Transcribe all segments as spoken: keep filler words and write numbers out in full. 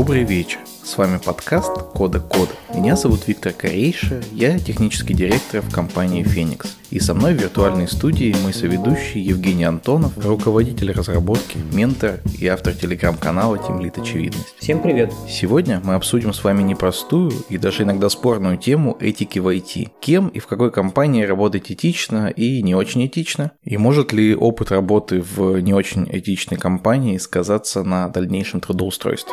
Добрый вечер. С вами подкаст «Кода Кода». Меня зовут Виктор Корейша, я технический директор в компании Phoenix. И со мной в виртуальной студии мой соведущий Евгений Антонов, руководитель разработки, ментор и автор телеграм-канала Тимлид Очевидность. Всем привет! Сегодня мы обсудим с вами непростую и даже иногда спорную тему этики в ай ти. Кем и в какой компании работать этично и не очень этично? И может ли опыт работы в не очень этичной компании сказаться на дальнейшем трудоустройстве?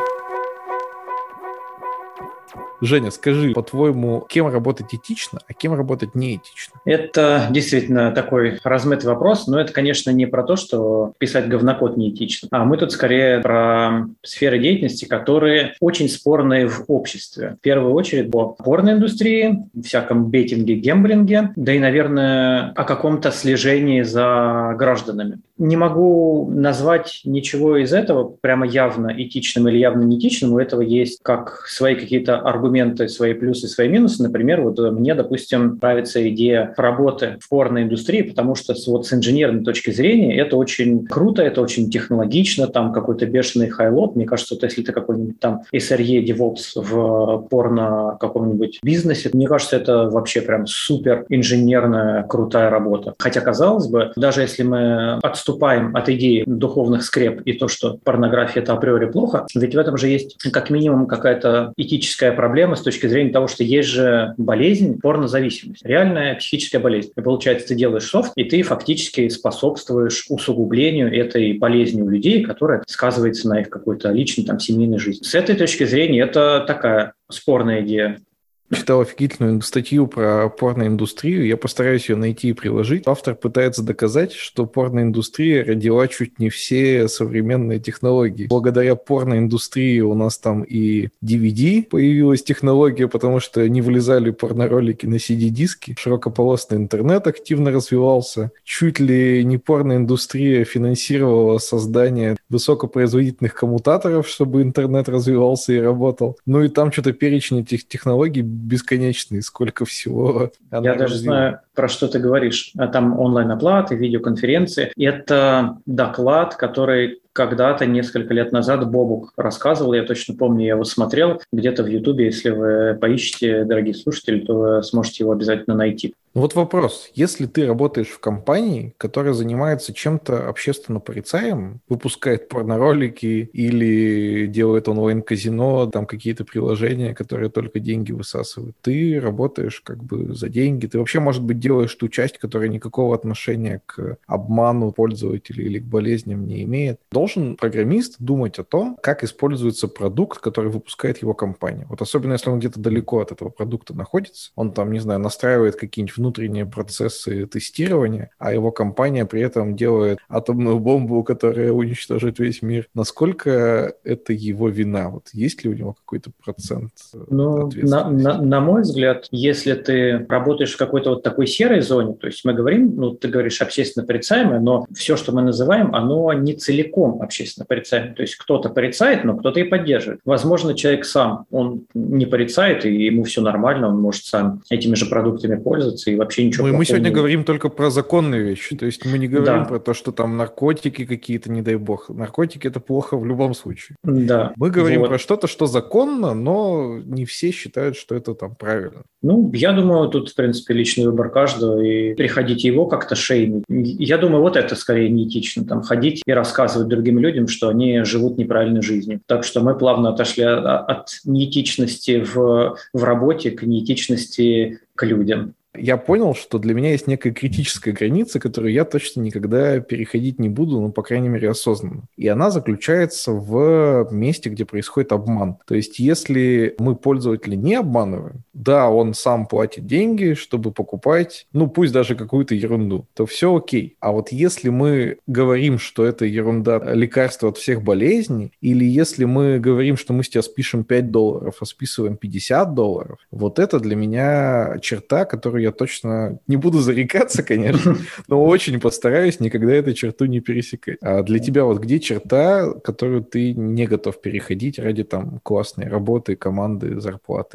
Женя, скажи, по-твоему, кем работать этично, а кем работать неэтично? Это действительно такой размытый вопрос, но это, конечно, не про то, что писать говнокод неэтично, а мы тут скорее про сферы деятельности, которые очень спорные в обществе. В первую очередь о порноиндустрии, всяком беттинге, гэмблинге, да и, наверное, о каком-то слежении за гражданами. Не могу назвать ничего из этого прямо явно этичным или явно неэтичным. У этого есть как свои какие-то аргументы, аргументы, свои плюсы, свои минусы. Например, вот мне, допустим, нравится идея работы в порноиндустрии, потому что вот с инженерной точки зрения это очень круто, это очень технологично, там какой-то бешеный хайлот. Мне кажется, вот если ты какой-нибудь там эс эр и, DevOps в порно каком-нибудь бизнесе, мне кажется, это вообще прям супер инженерная крутая работа. Хотя, казалось бы, даже если мы отступаем от идеи духовных скреп и то, что порнография это априори плохо, ведь в этом же есть как минимум какая-то этическая проблема, с точки зрения того, что есть же болезнь, порнозависимость, реальная психическая болезнь. И получается, ты делаешь софт, и ты фактически способствуешь усугублению этой болезни у людей, которая сказывается на их какой-то личной там, семейной жизни. С этой точки зрения это такая спорная идея. Читал офигительную статью про порноиндустрию, я постараюсь ее найти и приложить. Автор пытается доказать, что порноиндустрия родила чуть не все современные технологии. Благодаря порноиндустрии у нас там и ди ви ди появилась технология, потому что не влезали порноролики на си ди-диски. Широкополосный интернет активно развивался. Чуть ли не порноиндустрия финансировала создание высокопроизводительных коммутаторов, чтобы интернет развивался и работал. Ну и там что-то перечень этих технологий бесконечный, сколько всего. Я даже развила. Знаю, про что ты говоришь. Там онлайн-оплаты, видеоконференции. Это доклад, который когда-то, несколько лет назад, Бобук рассказывал, я точно помню, я его смотрел где-то в Ютубе, если вы поищете, дорогие слушатели, то вы сможете его обязательно найти. Вот вопрос. Если ты работаешь в компании, которая занимается чем-то общественно порицаемым, выпускает порноролики или делает онлайн-казино, там какие-то приложения, которые только деньги высасывают, ты работаешь как бы за деньги, ты вообще, может быть, делаешь ту часть, которая никакого отношения к обману пользователей или к болезням не имеет. Должен программист думать о том, как используется продукт, который выпускает его компания. Вот особенно, если он где-то далеко от этого продукта находится, он там, не знаю, настраивает какие-нибудь внутренние процессы тестирования, а его компания при этом делает атомную бомбу, которая уничтожит весь мир. Насколько это его вина? Вот есть ли у него какой-то процент ну, на, на, на мой взгляд, если ты работаешь в какой-то вот такой серой зоне, то есть мы говорим, ну, ты говоришь общественно порицаемое, но все, что мы называем, оно не целиком общественно порицаемое. То есть кто-то порицает, но кто-то и поддерживает. Возможно, человек сам, он не порицает, и ему все нормально, он может сам этими же продуктами пользоваться, и вообще ничего. Мы, мы сегодня не... говорим только про законные вещи, то есть мы не говорим да. про то, что там наркотики какие-то, не дай бог. Наркотики – это плохо в любом случае. Да. Мы говорим вот. про что-то, что законно, но не все считают, что это там правильно. Ну, я думаю, тут, в принципе, личный выбор каждого, и приходите его как-то шеймить. Я думаю, вот это скорее неэтично, там, ходить и рассказывать другим людям, что они живут неправильной жизнью. Так что мы плавно отошли от неэтичности в, в работе к неэтичности к людям. Я понял, что для меня есть некая критическая граница, которую я точно никогда переходить не буду, ну, по крайней мере, осознанно. И она заключается в месте, где происходит обман. То есть, если мы пользователя не обманываем, да, он сам платит деньги, чтобы покупать, ну, пусть даже какую-то ерунду, то все окей. А вот если мы говорим, что это ерунда, лекарство от всех болезней, или если мы говорим, что мы с тебя спишем пять долларов, а списываем пятьдесят долларов, вот это для меня черта, которую я точно не буду зарекаться, конечно, но очень постараюсь никогда эту черту не пересекать. А для тебя вот где черта, которую ты не готов переходить ради там классной работы, команды, зарплаты?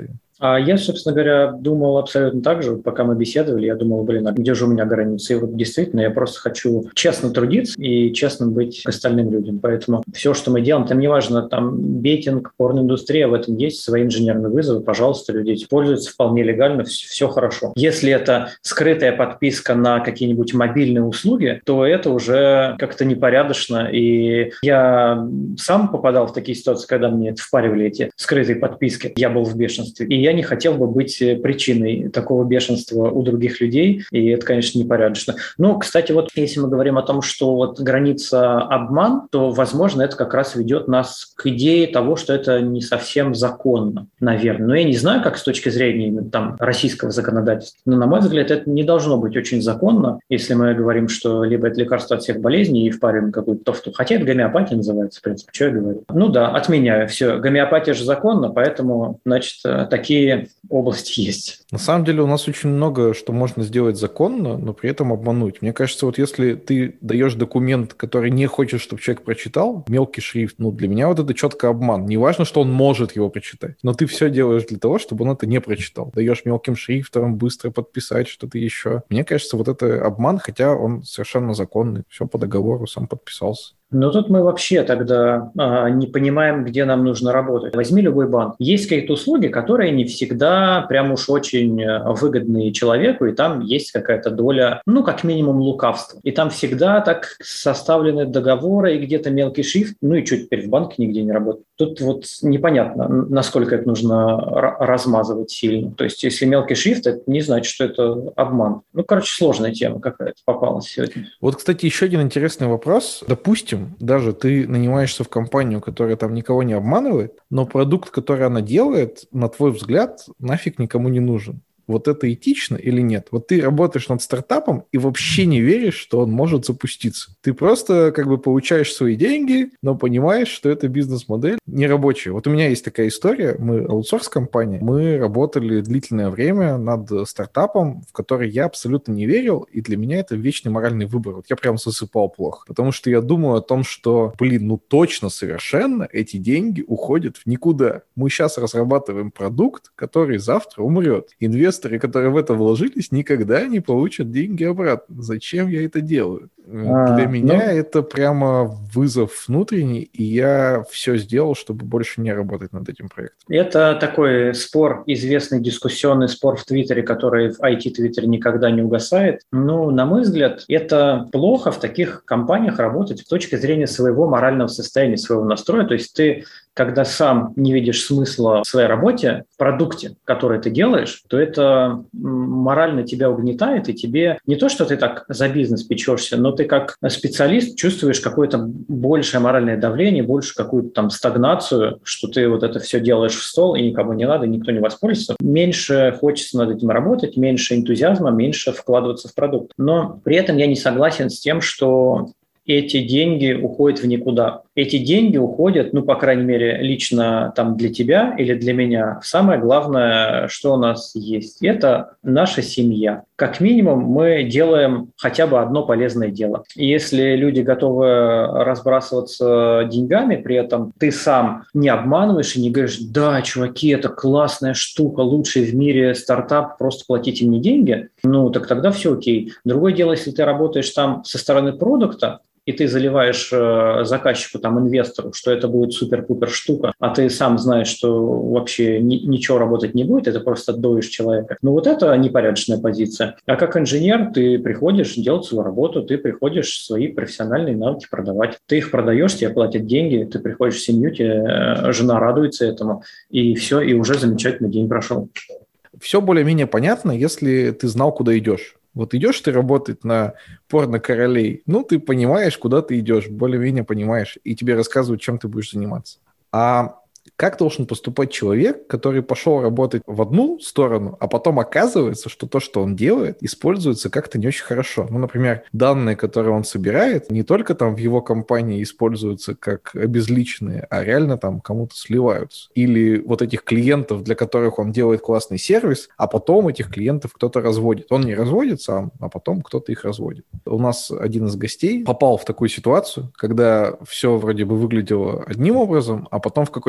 А я, собственно говоря, думал абсолютно так же, пока мы беседовали, я думал, блин, а где же у меня границы? И вот действительно, я просто хочу честно трудиться и честно быть к остальным людям. Поэтому все, что мы делаем, там неважно, там бейтинг, порноиндустрия, в этом есть свои инженерные вызовы, пожалуйста, люди этим пользуются вполне легально, все, все хорошо. Если это скрытая подписка на какие-нибудь мобильные услуги, то это уже как-то непорядочно. И я сам попадал в такие ситуации, когда мне впаривали эти скрытые подписки. Я был в бешенстве. И я не хотел бы быть причиной такого бешенства у других людей, и это, конечно, непорядочно. Но, кстати, вот если мы говорим о том, что вот граница обман, то, возможно, это как раз ведет нас к идее того, что это не совсем законно, наверное. Но я не знаю, как с точки зрения именно там российского законодательства, но, на мой взгляд, это не должно быть очень законно, если мы говорим, что либо это лекарство от всех болезней и впариваем какую-то тофту. Хотя это гомеопатия называется, в принципе, что я говорю. Ну да, отменяю. Все, гомеопатия же законна, поэтому, значит, такие области есть. На самом деле у нас очень много, что можно сделать законно, но при этом обмануть. Мне кажется, вот если ты даешь документ, который не хочешь, чтобы человек прочитал, мелкий шрифт, ну, для меня вот это четко обман. Не важно, что он может его прочитать, но ты все делаешь для того, чтобы он это не прочитал. Даешь мелким шрифтом быстро подписать что-то еще. Мне кажется, вот это обман, хотя он совершенно законный. Все по договору, сам подписался. Но тут мы вообще тогда а, не понимаем, где нам нужно работать. Возьми любой банк. Есть какие-то услуги, которые не всегда прям уж очень выгодные человеку, и там есть какая-то доля, ну, как минимум, лукавства. И там всегда так составлены договоры, и где-то мелкий шрифт, ну и что теперь в банке нигде не работает. Тут вот непонятно, насколько это нужно размазывать сильно. То есть если мелкий шрифт, это не значит, что это обман. Ну, короче, сложная тема какая-то попалась сегодня. Вот, кстати, еще один интересный вопрос. Допустим, даже ты нанимаешься в компанию, которая там никого не обманывает, но продукт, который она делает, на твой взгляд, нафиг никому не нужен. Вот это этично или нет? Вот ты работаешь над стартапом и вообще не веришь, что он может запуститься. Ты просто как бы получаешь свои деньги, но понимаешь, что эта бизнес-модель не рабочая. Вот у меня есть такая история. Мы аутсорс-компания. Мы работали длительное время над стартапом, в который я абсолютно не верил, и для меня это вечный моральный выбор. Вот я прям засыпал плохо. Потому что я думаю о том, что, блин, ну точно совершенно эти деньги уходят в никуда. Мы сейчас разрабатываем продукт, который завтра умрет. Инвестор Инвесторы, которые в это вложились, никогда не получат деньги обратно. Зачем я это делаю? А, Для меня ну... это прямо вызов внутренний, и я все сделал, чтобы больше не работать над этим проектом. Это такой спор, известный дискуссионный спор в Твиттере, который в ай ти-твиттере никогда не угасает. Ну, на мой взгляд, это плохо в таких компаниях работать с точки зрения своего морального состояния, своего настроя. То есть ты, когда сам не видишь смысла в своей работе, в продукте, который ты делаешь, то это морально тебя угнетает, и тебе не то, что ты так за бизнес печешься, но ты как специалист чувствуешь какое-то большее моральное давление, больше какую-то там стагнацию, что ты вот это все делаешь в стол, и никому не надо, никто не воспользуется. Меньше хочется над этим работать, меньше энтузиазма, меньше вкладываться в продукт. Но при этом я не согласен с тем, что эти деньги уходят в никуда. Эти деньги уходят, ну, по крайней мере, лично там для тебя или для меня. Самое главное, что у нас есть, это наша семья. Как минимум мы делаем хотя бы одно полезное дело. И если люди готовы разбрасываться деньгами, при этом ты сам не обманываешь и не говоришь: да, чуваки, это классная штука, лучший в мире стартап, просто платите мне деньги, ну, так тогда все окей. Другое дело, если ты работаешь там со стороны продукта, и ты заливаешь э, заказчику, там, инвестору, что это будет супер-пупер штука, а ты сам знаешь, что вообще ни, ничего работать не будет, это просто доишь человека. Ну вот это непорядочная позиция. А как инженер ты приходишь делать свою работу, ты приходишь свои профессиональные навыки продавать. Ты их продаешь, тебе платят деньги, ты приходишь в семью, тебе жена радуется этому, и все, и уже замечательный день прошел. Все более-менее понятно, если ты знал, куда идешь. Вот идешь ты работать на порно-королей, ну, ты понимаешь, куда ты идешь, более-менее понимаешь, и тебе рассказывают, чем ты будешь заниматься. А как должен поступать человек, который пошел работать в одну сторону, а потом оказывается, что то, что он делает, используется как-то не очень хорошо? Ну, например, данные, которые он собирает, не только там в его компании используются как обезличенные, а реально там кому-то сливаются. Или вот этих клиентов, для которых он делает классный сервис, а потом этих клиентов кто-то разводит. Он не разводит сам, а потом кто-то их разводит. У нас один из гостей попал в такую ситуацию, когда все вроде бы выглядело одним образом, а потом в какой-то момент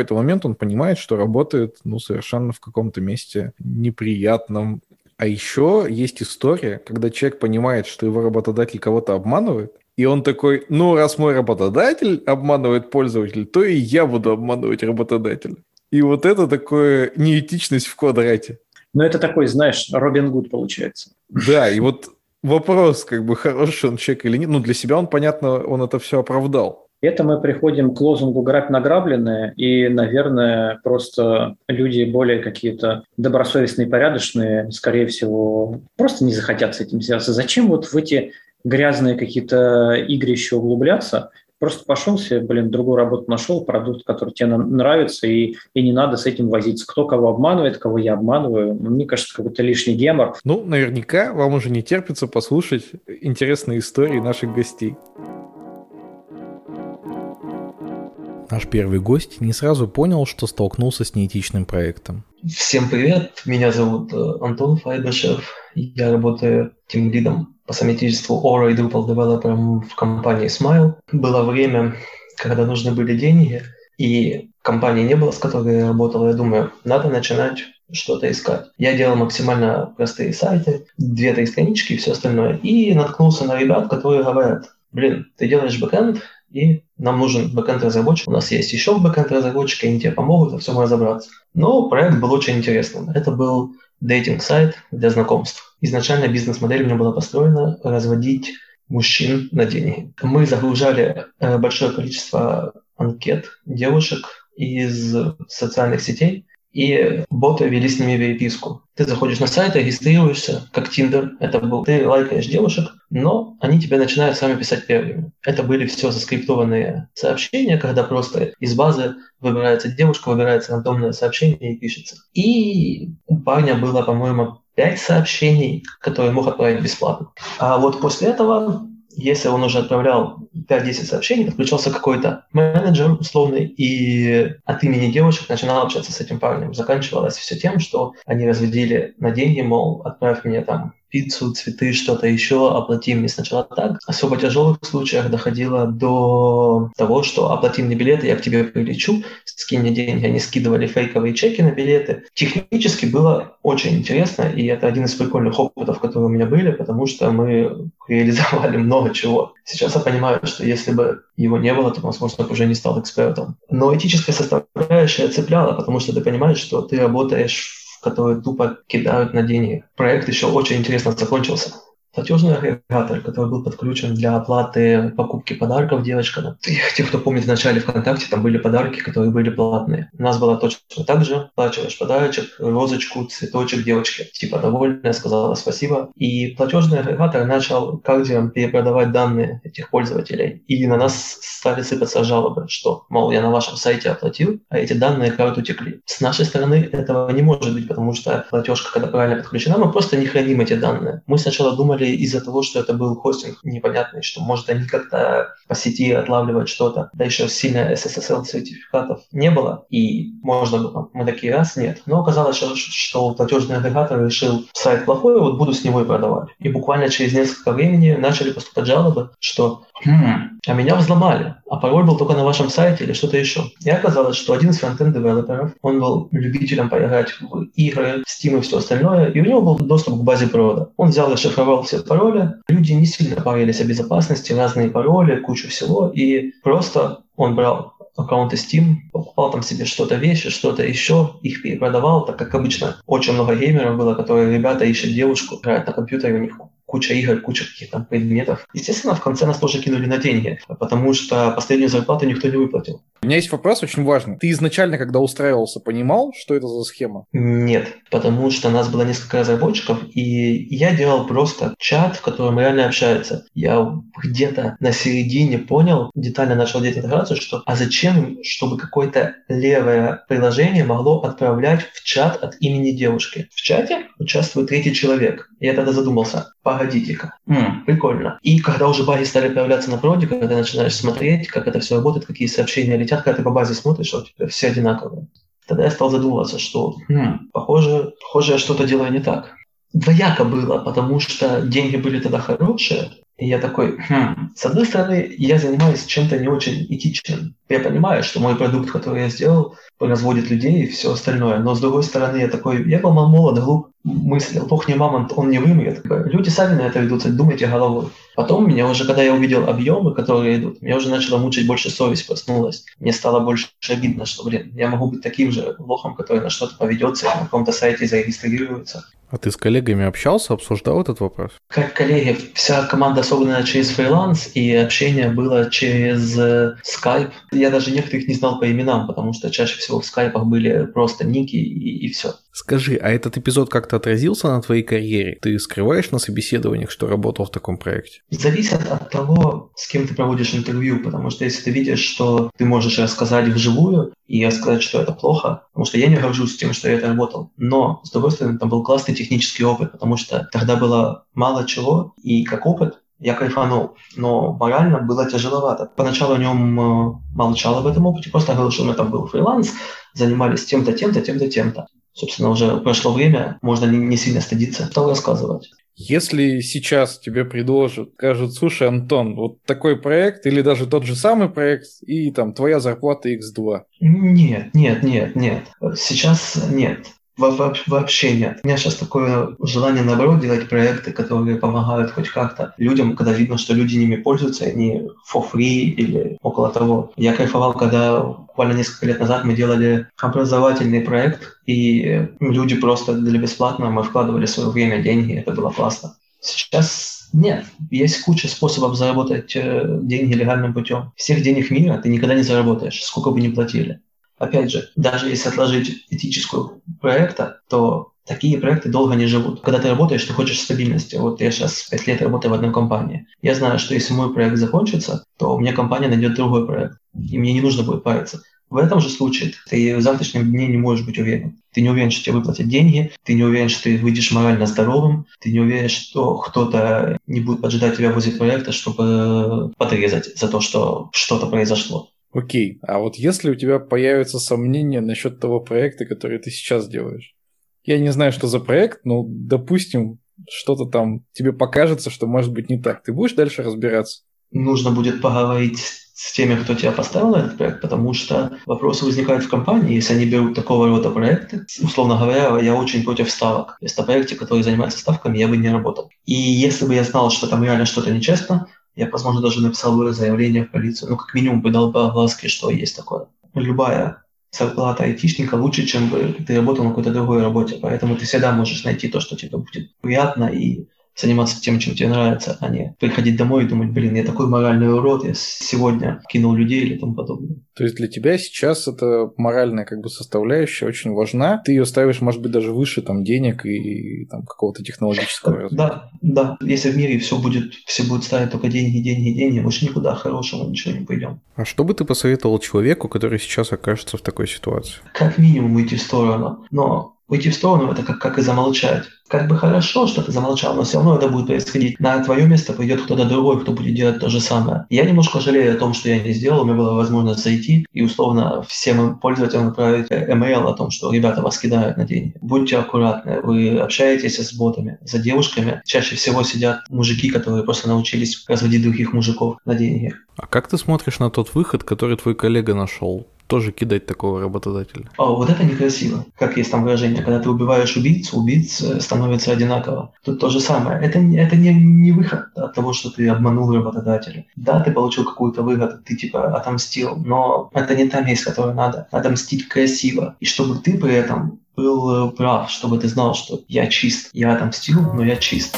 момент он понимает, что работает, ну, совершенно в каком-то месте неприятном. А еще есть история, когда человек понимает, что его работодатель кого-то обманывает, и он такой, ну, раз мой работодатель обманывает пользователя, то и я буду обманывать работодателя. И вот это такое неэтичность в квадрате. Ну, это такой, знаешь, Робин Гуд получается. Да, и вот вопрос, как бы, хороший он человек или нет. Ну, для себя он, понятно, он это все оправдал. Это мы приходим к лозунгу «грабь награбленное», и, наверное, просто люди более какие-то добросовестные, порядочные, скорее всего, просто не захотят с этим связаться. Зачем вот в эти грязные какие-то игры еще углубляться? Просто пошел себе, блин, другую работу нашел, продукт, который тебе нравится, и, и не надо с этим возиться. Кто кого обманывает, кого я обманываю, мне кажется, какой-то лишний гемор. Ну, наверняка вам уже не терпится послушать интересные истории наших гостей. Наш первый гость не сразу понял, что столкнулся с неэтичным проектом. Всем привет, меня зовут Антон Файбашев, я работаю тимлидом по совместительству Aura и Drupal девелопером в компании Smile. Было время, когда нужны были деньги, и компании не было, с которой я работал. Я думаю, надо начинать что-то искать. Я делал максимально простые сайты, две-три странички и все остальное, и наткнулся на ребят, которые говорят, блин, ты делаешь бэкэнд, и нам нужен бэкэнд-разработчик. У нас есть еще бэкэнд-разработчик, и они тебе помогут во всем разобраться. Но проект был очень интересным. Это был дейтинг-сайт для знакомств. Изначально бизнес-модель у меня была построена разводить мужчин на деньги. Мы загружали большое количество анкет девушек из социальных сетей, и боты вели с ними переписку. Ты заходишь на сайт, регистрируешься, как Tinder. Это был, ты лайкаешь девушек, но они тебе начинают сами писать первыми. Это были все заскриптованные сообщения, когда просто из базы выбирается девушка, выбирается рандомное сообщение и пишется. И у парня было, по-моему, пять сообщений, которые мог отправить бесплатно. А вот после этого, если он уже отправлял пять-десять сообщений, подключался какой-то менеджер условный и от имени девушек начинал общаться с этим парнем. Заканчивалось все тем, что они разводили на деньги, мол, отправь мне там пиццу, цветы, что-то еще, оплати мне сначала так. В особо тяжелых случаях доходило до того, что оплати мне билеты, я к тебе прилечу, скинь мне деньги. Они скидывали фейковые чеки на билеты. Технически было очень интересно, и это один из прикольных опытов, которые у меня были, потому что мы реализовали много чего. Сейчас я понимаю, что если бы его не было, то, возможно, уже не стал экспертом. Но этическая составляющая цепляла, потому что ты понимаешь, что ты работаешь, которые тупо кидают на деньги. Проект еще очень интересно закончился. Платежный агрегатор, который был подключен для оплаты покупки подарков девочкам. Те, кто помнит, в начале ВКонтакте там были подарки, которые были платные. У нас было точно так же. Плачиваешь подарочек, розочку, цветочек девочке. Типа довольная, сказала спасибо. И платежный агрегатор начал кардиям перепродавать данные этих пользователей. И на нас стали сыпаться жалобы, что, мол, я на вашем сайте оплатил, а эти данные карт утекли. С нашей стороны этого не может быть, потому что платежка, когда правильно подключена, мы просто не храним эти данные. Мы сначала думали, из-за того, что это был хостинг непонятный, что, может, они как-то по сети отлавливают что-то. Да еще сильно эс эс эс эл-сертификатов не было, и можно было. Мы такие, раз, нет. Но оказалось, что, что платежный агрегатор решил, сайт плохой, вот буду с него и продавать. И буквально через несколько времени начали поступать жалобы, что хм, а меня взломали, а пароль был только на вашем сайте или что-то еще. И оказалось, что один из фронтенд-девелоперов, он был любителем поиграть в игры, Steam и все остальное, и у него был доступ к базе провода. Он взял и шифровал все пароли. Люди не сильно парились о безопасности, разные пароли, кучу всего, и просто он брал аккаунты Steam, покупал там себе что-то вещи, что-то еще, их перепродавал, так как обычно очень много геймеров было, которые ребята ищут девушку, играют на компьютере, у них куча игр, куча каких-то предметов. Естественно, в конце нас тоже кинули на деньги, потому что последнюю зарплату никто не выплатил. У меня есть вопрос очень важный. Ты изначально, когда устраивался, понимал, что это за схема? Нет, потому что нас было несколько разработчиков, и я делал просто чат, в котором реально общаются. Я где-то на середине понял, детально начал делать интеграцию, что а зачем, чтобы какое-то левое приложение могло отправлять в чат от имени девушки? В чате участвует третий человек. Я тогда задумался, погодите-ка, м-м, прикольно. И когда уже баги стали появляться на проде, когда ты начинаешь смотреть, как это все работает, какие сообщения летят, когда ты по базе смотришь, что у тебя все одинаковые. Тогда я стал задумываться, что хм, похоже, похоже, я что-то делаю не так. Двояко было, потому что деньги были тогда хорошие, и я такой, хм, с одной стороны, я занимаюсь чем-то не очень этичным, Я понимаю, что мой продукт, который я сделал, разводит людей и все остальное. Но, с другой стороны, я такой, я был молод, глуп, мыслил, бог не мамонт, он не вымрет. Люди сами на это ведутся, думайте головой. Потом меня уже, когда я увидел объемы, которые идут, меня уже начало мучить больше совесть проснулась. Мне стало больше обидно, что, блин, я могу быть таким же лохом, который на что-то поведется, на каком-то сайте зарегистрируется. А ты с коллегами общался, обсуждал этот вопрос? Как коллеги, вся команда собрана через фриланс, и общение было через Skype. Я даже некоторых не знал по именам, потому что чаще всего в скайпах были просто ники и, и все. Скажи, а этот эпизод как-то отразился на твоей карьере? Ты скрываешь на собеседованиях, что работал в таком проекте? Зависит от того, с кем ты проводишь интервью, потому что если ты видишь, что ты можешь рассказать вживую и рассказать, что это плохо, потому что я не горжусь тем, что я это работал, но, с другой стороны, там был классный технический опыт, потому что тогда было мало чего, и как опыт я кайфанул, но морально было тяжеловато. Поначалу о нем э, молчал об этом опыте, просто говорил, что у меня там был фриланс, занимались тем-то, тем-то, тем-то, тем-то. Собственно, уже прошло время, можно не, не сильно стыдиться, стал рассказывать. Если сейчас тебе предложат, скажут, слушай, Антон, вот такой проект или даже тот же самый проект, и там твоя зарплата икс два. Нет, нет, нет, нет. Сейчас нет. Во- во- Вообще нет. У меня сейчас такое желание, наоборот, делать проекты, которые помогают хоть как-то людям, когда видно, что люди ними пользуются, они for free или около того. Я кайфовал, когда буквально несколько лет назад мы делали образовательный проект, и люди просто для бесплатно, мы вкладывали свое время, деньги, это было классно. Сейчас нет. Есть куча способов заработать э, деньги легальным путем. Всех денег мира ты никогда не заработаешь, сколько бы ни платили. Опять же, даже если отложить этическую проекта, то такие проекты долго не живут. Когда ты работаешь, ты хочешь стабильности. Вот я сейчас пять лет работаю в одной компании. Я знаю, что если мой проект закончится, то у меня компания найдет другой проект, и мне не нужно будет париться. В этом же случае ты в завтрашнем дне не можешь быть уверен. Ты не уверен, что тебе выплатят деньги, ты не уверен, что ты выйдешь морально здоровым, ты не уверен, что кто-то не будет поджидать тебя возле проекта, чтобы подрезать за то, что что-то произошло. Окей, а вот если у тебя появятся сомнения насчет того проекта, который ты сейчас делаешь, я не знаю, что за проект, но, допустим, что-то там тебе покажется, что может быть не так, ты будешь дальше разбираться? Нужно будет поговорить с теми, кто тебя поставил на этот проект, потому что вопросы возникают в компании, если они берут такого рода проекты. Условно говоря, я очень против ставок. Если на проекте, который занимается ставками, я бы не работал. И если бы я знал, что там реально что-то нечестно, я, возможно, даже написал бы заявление в полицию. Ну, как минимум, бы дал бы огласке, что есть такое. Любая зарплата айтишника лучше, чем бы ты работал на какой-то другой работе. Поэтому ты всегда можешь найти то, что тебе будет приятно, и заниматься тем, чем тебе нравится, а не приходить домой и думать, блин, я такой моральный урод, я сегодня кинул людей или тому подобное. То есть для тебя сейчас эта моральная как бы составляющая очень важна. Ты ее ставишь, может быть, даже выше там денег и там какого-то технологического развития. Да, да. Если в мире все будет, все будут ставить только деньги, деньги, деньги, мы же никуда хорошему ничего не пойдем. А что бы ты посоветовал человеку, который сейчас окажется в такой ситуации? Как минимум уйти в сторону. Но уйти в сторону – это как, как и замолчать. Как бы хорошо, что ты замолчал, но все равно это будет происходить. На твое место пойдет кто-то другой, кто будет делать то же самое. Я немножко жалею о том, что я не сделал. У меня была возможность зайти и условно всем пользователям отправить имейл о том, что ребята вас кидают на деньги. Будьте аккуратны, вы общаетесь с ботами. За девушками чаще всего сидят мужики, которые просто научились разводить других мужиков на деньги. А как ты смотришь на тот выход, который твой коллега нашел? Тоже кидать такого работодателя? А вот это некрасиво. Как есть там выражение, когда ты убиваешь убийцу, убийц становится одинаково. Тут то же самое. Это, это не, не выход от того, что ты обманул работодателя. Да, ты получил какую-то выгоду, ты типа отомстил, но это не та месть, которую надо. Надо мстить красиво. И чтобы ты при этом был прав, чтобы ты знал, что я чист. Я отомстил, но я чист.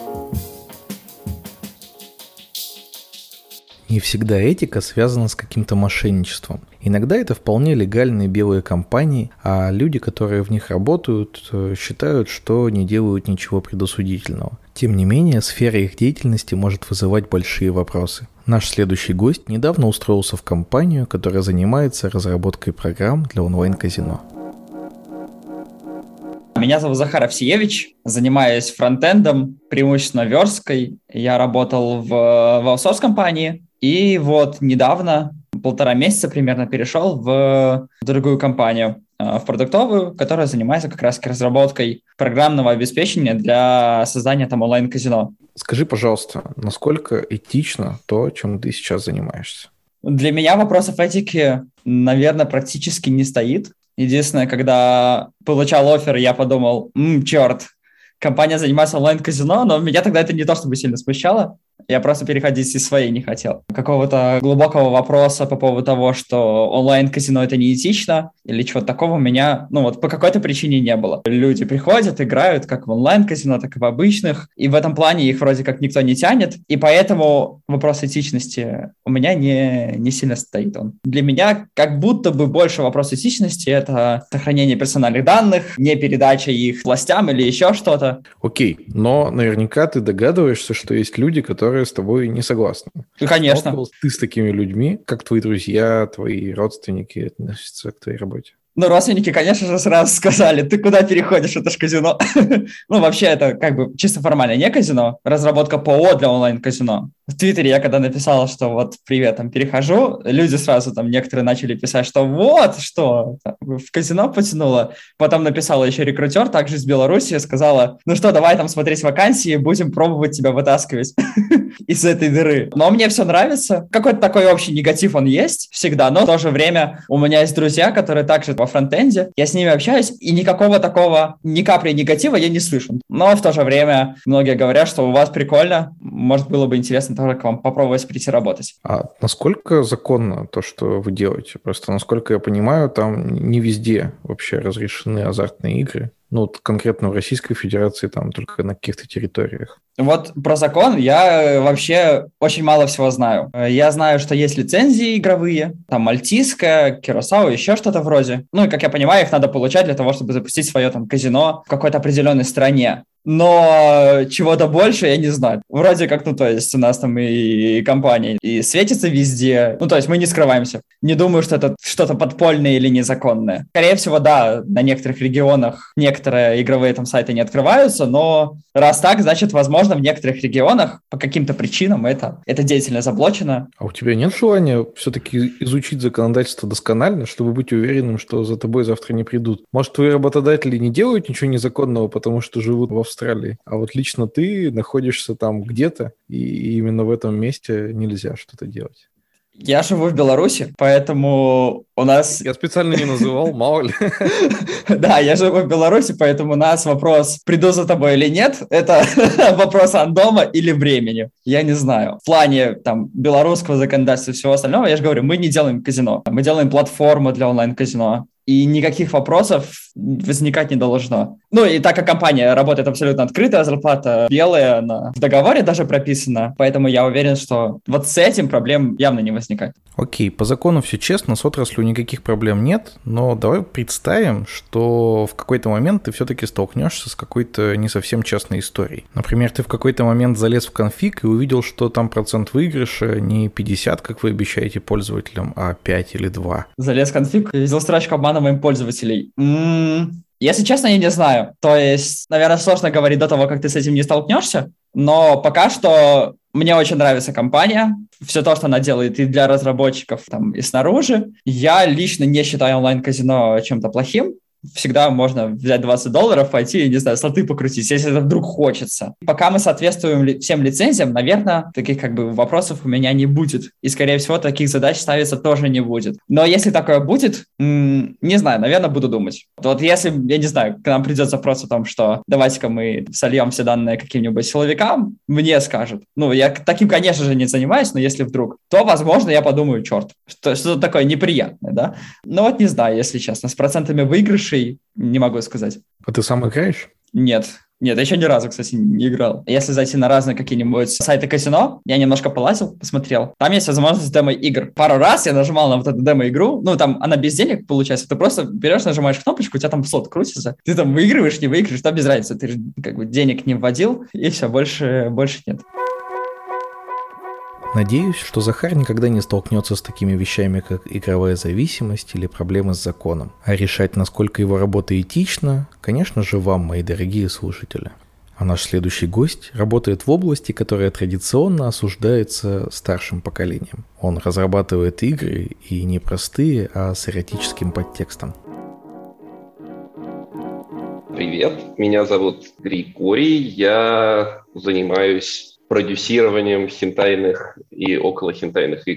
Не всегда этика связана с каким-то мошенничеством. Иногда это вполне легальные белые компании, а люди, которые в них работают, считают, что не делают ничего предосудительного. Тем не менее, сфера их деятельности может вызывать большие вопросы. Наш следующий гость недавно устроился в компанию, которая занимается разработкой программ для онлайн-казино. Меня зовут Захар Овсиевич, занимаюсь фронтендом, преимущественно версткой. Я работал в, в аутсорс-компании, и вот недавно, полтора месяца примерно, перешел в другую компанию, в продуктовую, которая занимается как раз разработкой программного обеспечения для создания там онлайн-казино. Скажи, пожалуйста, насколько этично то, чем ты сейчас занимаешься? Для меня вопросов этики, наверное, практически не стоит. Единственное, когда получал оффер, я подумал, м, черт, компания занимается онлайн-казино, но меня тогда это не то чтобы сильно смущало. Я просто переходить из своей не хотел. Какого-то глубокого вопроса по поводу того, что онлайн-казино это неэтично или чего-то такого у меня, ну вот по какой-то причине не было. Люди приходят, играют как в онлайн-казино, так и в обычных, и в этом плане их вроде как никто не тянет, и поэтому вопрос этичности у меня не, не сильно стоит. Он. Для меня как будто бы больше вопрос этичности — это сохранение персональных данных, не передача их властям или еще что-то. Окей, но наверняка ты догадываешься, что есть люди, которые с тобой не согласны. Ну, конечно. Сталкивался ты с такими людьми, как твои друзья, твои родственники относятся к твоей работе? Ну, родственники, конечно же, сразу сказали, ты куда переходишь, это ж казино. Ну, вообще, это как бы чисто формально не казино, разработка ПО для онлайн-казино. В Твиттере я когда написал, что вот привет, там перехожу, люди сразу там некоторые начали писать, что вот, что, там, в казино потянуло. Потом написала еще рекрутер, также из Беларуси, сказала, ну что, давай там смотреть вакансии, будем пробовать тебя вытаскивать из этой дыры. Но мне все нравится. Какой-то такой общий негатив он есть всегда, но в то же время у меня есть друзья, которые также во фронтенде, я с ними общаюсь, и никакого такого, ни капли негатива я не слышу. Но в то же время многие говорят, что у вас прикольно, может, было бы интересно тоже к вам попробовать прийти работать. А насколько законно то, что вы делаете? Просто, насколько я понимаю, там не везде вообще разрешены азартные игры. Ну, вот конкретно в Российской Федерации, там только на каких-то территориях. Вот про закон я вообще очень мало всего знаю. Я знаю, что есть лицензии игровые, там Мальтийская, Кюрасао, еще что-то вроде. Ну, и, как я понимаю, их надо получать для того, чтобы запустить свое там казино в какой-то определенной стране. Но чего-то больше я не знаю. Вроде как, ну, то есть у нас там и компания и светится везде. Ну, то есть мы не скрываемся. Не думаю, что это что-то подпольное или незаконное. Скорее всего, да, на некоторых регионах некоторые игровые там сайты не открываются, но раз так, значит, возможно, в некоторых регионах по каким-то причинам это, эта деятельность заблочена. А у тебя нет желания все-таки изучить законодательство досконально, чтобы быть уверенным, что за тобой завтра не придут? Может, твои работодатели не делают ничего незаконного, потому что живут в Австралии, а вот лично ты находишься там где-то, и именно в этом месте нельзя что-то делать? Я живу в Беларуси, поэтому у нас... Я специально не называл, мало ли. Да, я живу в Беларуси, поэтому у нас вопрос, приду за тобой или нет, это вопрос рандома или времени. Я не знаю. В плане там белорусского законодательства и всего остального, я же говорю, мы не делаем казино. Мы делаем платформу для онлайн-казино. И никаких вопросов возникать не должно. Ну, и так как компания работает абсолютно открытая, зарплата белая, она в договоре даже прописана, поэтому я уверен, что вот с этим проблем явно не возникает. Окей, по закону все честно, с отраслью никаких проблем нет, но давай представим, что в какой-то момент ты все-таки столкнешься с какой-то не совсем честной историей. Например, ты в какой-то момент залез в конфиг и увидел, что там процент выигрыша не пятьдесят, как вы обещаете пользователям, а пять или два. Залез в конфиг, видел строчку обманываем пользователей. М-м- Если честно, я не знаю. То есть, наверное, сложно говорить до того, как ты с этим не столкнешься, но пока что мне очень нравится компания, все то, что она делает и для разработчиков, там, и снаружи. Я лично не считаю онлайн-казино чем-то плохим. Всегда можно взять двадцать долларов, пойти и, не знаю, слоты покрутить, если это вдруг хочется. Пока мы соответствуем ли, всем лицензиям, наверное, таких как бы вопросов у меня не будет. И, скорее всего, таких задач ставиться тоже не будет. Но если такое будет, м- не знаю, наверное, буду думать. Вот если, я не знаю, к нам придет запрос о том, что давайте-ка мы сольем все данные каким-нибудь силовикам, мне скажут. Ну, я таким, конечно же, не занимаюсь, но если вдруг, то, возможно, я подумаю, черт, что, что-то такое неприятное, да? Но вот не знаю, если честно, с процентами выигрышей не могу сказать. А ты сам играешь? Нет. Нет, я еще ни разу, кстати, не играл. Если зайти на разные какие-нибудь сайты казино, я немножко полазил, посмотрел. Там есть возможность демо-игр. Пару раз я нажимал на вот эту демо-игру. Ну, там она без денег получается. Ты просто берешь, нажимаешь кнопочку, у тебя там слот крутится. Ты там выигрываешь, не выигрываешь, то без разницы. Ты же как бы денег не вводил, и все, больше, больше нет. Надеюсь, что Захар никогда не столкнется с такими вещами, как игровая зависимость или проблемы с законом. А решать, насколько его работа этична, конечно же, вам, мои дорогие слушатели. А наш следующий гость работает в области, которая традиционно осуждается старшим поколением. Он разрабатывает игры, и не простые, а с эротическим подтекстом. Привет, меня зовут Григорий, я занимаюсь продюсированием хентайных и около хентайных игр.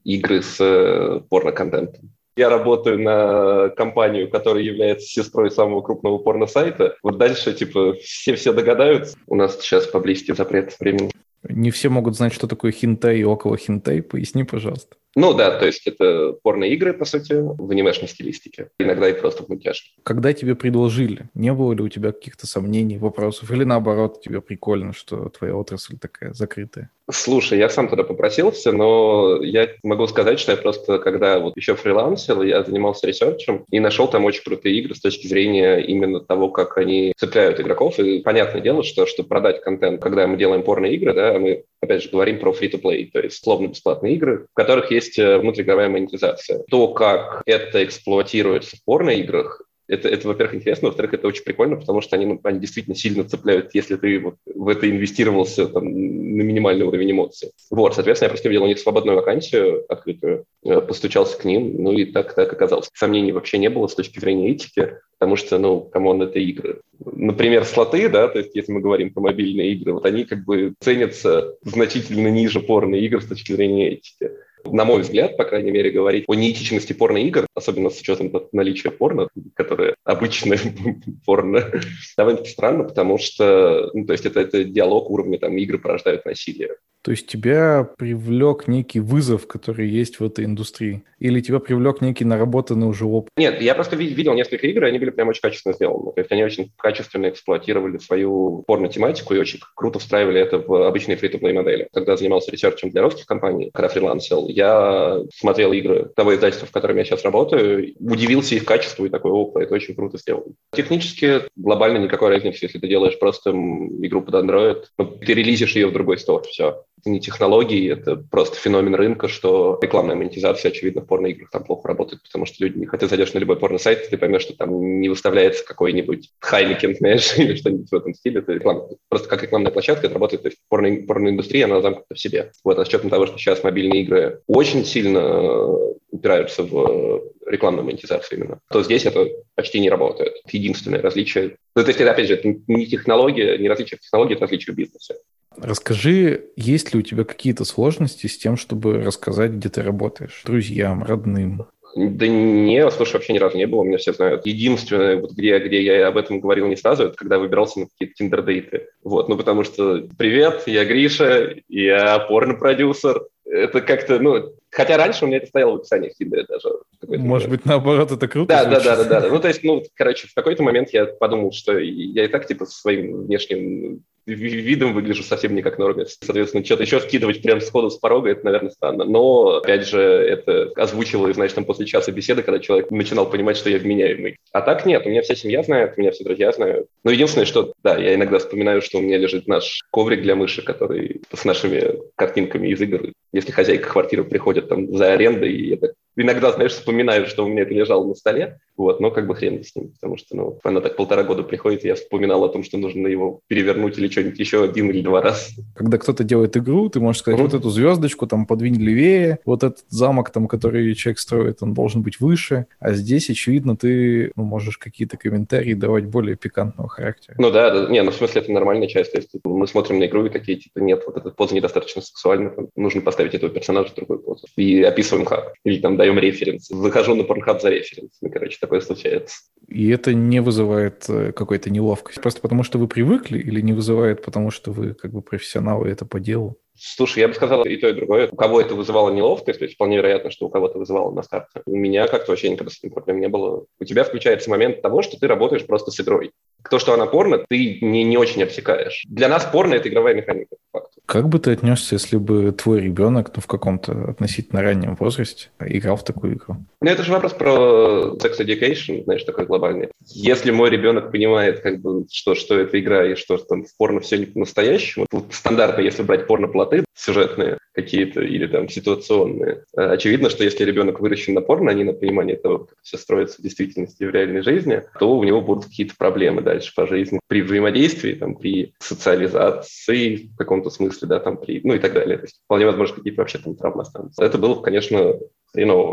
игры с э, порно-контентом. Я работаю на компанию, которая является сестрой самого крупного порно-сайта. Вот дальше, типа, все все догадаются. У нас сейчас поблизости запрет времени. Не все могут знать, что такое хентай и около хентай. Поясни, пожалуйста. Ну да, то есть это порно-игры, по сути, в анимешной стилистике. Иногда и просто в мультяшке. Когда тебе предложили, не было ли у тебя каких-то сомнений, вопросов? Или наоборот, тебе прикольно, что твоя отрасль такая закрытая? Слушай, я сам туда попросился, но я могу сказать, что я просто, когда вот еще фрилансил, я занимался ресерчем и нашел там очень крутые игры с точки зрения именно того, как они цепляют игроков. И понятное дело, что чтобы продать контент, когда мы делаем порно-игры, да, мы, опять же, говорим про free-to-play, то есть условно-бесплатные игры, в которых есть внутриигровая монетизация. То, как это эксплуатируется в порно-играх, Это, это, во-первых, интересно, во-вторых, это очень прикольно, потому что они, ну, они действительно сильно цепляют, если ты вот в это инвестировался там, на минимальный уровень эмоций. Вот, соответственно, я просто видел у них свободную вакансию открытую, постучался к ним, ну и так, так оказалось. Сомнений вообще не было с точки зрения этики, потому что, ну, камон, это игры. Например, слоты, да, то есть если мы говорим про мобильные игры, вот они как бы ценятся значительно ниже порно-игр с точки зрения этики. На мой взгляд, по крайней мере, говорить о неэтичности порно-игр, особенно с учетом наличия порно, которое обычное порно, довольно странно, потому что, ну, то есть это, это диалог уровня там игры порождают насилие. То есть тебя привлек некий вызов, который есть в этой индустрии? Или тебя привлек некий наработанный уже опыт? Нет, я просто видел несколько игр, и они были прям очень качественно сделаны. То есть они очень качественно эксплуатировали свою порно-тематику и очень круто встраивали это в обычные фри-то-плей модели. Когда занимался ресерчем для русских компаний, когда фрилансил, я смотрел игры того издательства, в котором я сейчас работаю, удивился их качеству и такой, опа, это очень круто сделано. Технически глобально никакой разницы, если ты делаешь просто игру под Android, ну, ты релизишь ее в другой стор, все. Это не технологии, это просто феномен рынка, что рекламная монетизация, очевидно, в порно-играх там плохо работает, потому что люди, хотя зайдешь на любой порно-сайт, ты поймешь, что там не выставляется какой-нибудь Хайнекен, знаешь, или что-нибудь в этом стиле. Это реклама. Просто как рекламная площадка это работает. То есть порно, порноиндустрия, она замкнута в себе. Вот, а с учетом того, что сейчас мобильные игры очень сильно упираются в рекламную монетизацию именно, то здесь это почти не работает. Это единственное различие. Ну, то есть, это, опять же, это не технология, не различие в технологии, это различие в бизнесе. Расскажи, есть ли у тебя какие-то сложности с тем, чтобы рассказать, где ты работаешь, друзьям, родным? Да не, слушай, вообще ни разу не было, меня все знают. Единственное, вот где, где я об этом говорил не сразу, это когда выбирался на какие-то тиндер-дейты. Вот, ну потому что привет, я Гриша, я порно-продюсер. Это как-то, ну, хотя раньше у меня это стояло в описании в Тиндере даже. Может быть, наоборот, это круто да, да, да, да, да. Ну, то есть, ну, короче, в какой-то момент я подумал, что я и так, типа, со своим внешним видом выгляжу совсем не как нормис. Соответственно, что-то еще скидывать прям сходу с порога, это, наверное, странно. Но, опять же, это озвучивалось, значит, там после часа беседы, когда человек начинал понимать, что я вменяемый. А так нет, у меня вся семья знает, у меня все друзья знают. Но единственное, что, да, я иногда вспоминаю, что у меня лежит наш коврик для мыши, который с нашими картинками из игр. Если хозяйка квартиры приходит там за арендой, и я так иногда, знаешь, вспоминаю, что у меня это лежало на столе, вот, но как бы хрен с ним, потому что, ну, она так полтора года приходит, и я вспоминал о том, что нужно его перевернуть или что-нибудь еще один или два раза. Когда кто-то делает игру, ты можешь сказать, mm-hmm. вот эту звездочку там подвинь левее, вот этот замок там, который человек строит, он должен быть выше, а здесь, очевидно, ты ну, можешь какие-то комментарии давать более пикантного характера. Ну да, да, не, ну в смысле это нормальная часть, то есть мы смотрим на игру и такие, типа, нет, вот эта поза недостаточно сексуальна, нужно поставить этого персонажа в другую позу. И описываем как, или там даем референс. Захожу на Pornhub за референсами, короче, такое случается. И это не вызывает какой-то неловкости? Просто потому, что вы привыкли, или не вызывает, потому что вы как бы профессионалы, это по делу? Слушай, я бы сказал и то, и другое. У кого это вызывало неловкость, то есть вполне вероятно, что у кого-то вызывало на старте. У меня как-то вообще никогда с этим проблем не было. У тебя включается момент того, что ты работаешь просто с игрой. То, что она порно, ты не, не очень обсекаешь. Для нас порно – это игровая механика, по факту. Как бы ты отнесся, если бы твой ребенок ну, в каком-то относительно раннем возрасте играл в такую игру? Ну, это же вопрос про sex education, знаешь, такой глобальный. Если мой ребенок понимает, как бы, что, что это игра и что там в порно все не по-настоящему, тут стандартно, если брать порно-плоты, сюжетные какие-то или там ситуационные, очевидно, что если ребенок выращен на порно, а не на понимании того, как все строится в действительности, в реальной жизни, то у него будут какие-то проблемы дальше по жизни при взаимодействии, там, при социализации в каком-то смысле, да, там, при, ну и так далее. То есть вполне возможно, какие-то вообще там травмы останутся. Это было, конечно, хреново.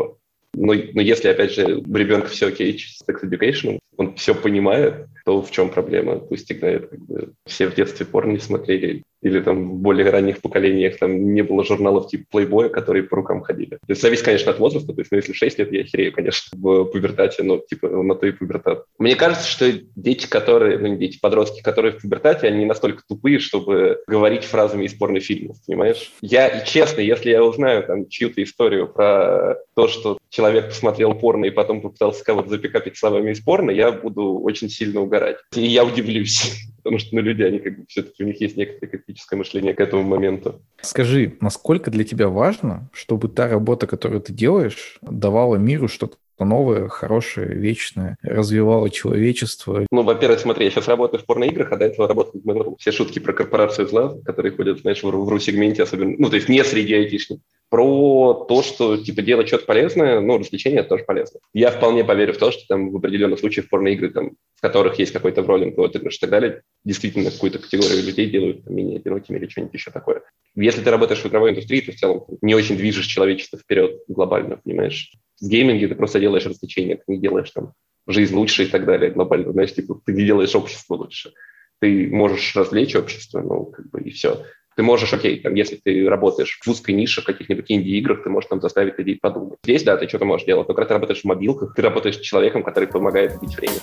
Но, но если, опять же, у ребенка все окей с sex education, он все понимает, то в чем проблема? Пусть играет. Как бы. Все в детстве порно не смотрели. Или там в более ранних поколениях там не было журналов типа Playboy, которые по рукам ходили. То есть зависит, конечно, от возраста. То есть, ну, если шесть лет, я херею, конечно, в пубертате, но типа на то и пубертат. Мне кажется, что дети, которые, ну не дети, подростки, которые в пубертате, они не настолько тупые, чтобы говорить фразами из порнофильмов, понимаешь? Я, и честно, если я узнаю там чью-то историю про то, что человек посмотрел порно и потом попытался кого-то запикапить словами из порно, я буду очень сильно угорать. И я удивлюсь. Потому что ну, люди, они как бы все-таки у них есть некоторое критическое мышление к этому моменту. Скажи, насколько для тебя важно, чтобы та работа, которую ты делаешь, давала миру что-то новое, хорошее, вечное, развивала человечество? Ну, во-первых, смотри, я сейчас работаю в порноиграх, а до этого работал в Mail.ru. Все шутки про корпорацию зла, которые ходят, знаешь, в ру-сегменте особенно, ну, то есть не среди айтишников, про то, что, типа, делать что-то полезное, ну, развлечение – это тоже полезно. Я вполне поверю в то, что там в определенных случаях порноигры, там, в которых есть какой-то роллинг, отыгрыш и так далее, действительно какую-то категорию людей делают там, менее одинокими или что-нибудь еще такое. Если ты работаешь в игровой индустрии, то в целом не очень движешь человечество вперед глобально, понимаешь? В гейминге ты просто делаешь развлечения, ты не делаешь там жизнь лучше и так далее глобально. Знаешь, типа, ты не делаешь общество лучше. Ты можешь развлечь общество, ну, как бы, и все. Ты можешь, окей, там, если ты работаешь в узкой нише, в каких-нибудь инди-играх, ты можешь там заставить людей подумать. Здесь, да, ты что-то можешь делать, но когда ты работаешь в мобилках, ты работаешь с человеком, который помогает убить время.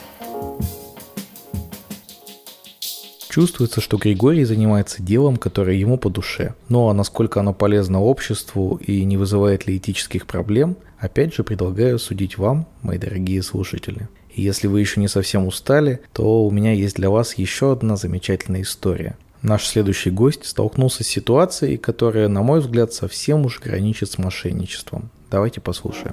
Чувствуется, что Григорий занимается делом, которое ему по душе. Ну а насколько оно полезно обществу и не вызывает ли этических проблем, опять же предлагаю судить вам, мои дорогие слушатели. И если вы еще не совсем устали, то у меня есть для вас еще одна замечательная история. Наш следующий гость столкнулся с ситуацией, которая, на мой взгляд, совсем уж граничит с мошенничеством. Давайте послушаем.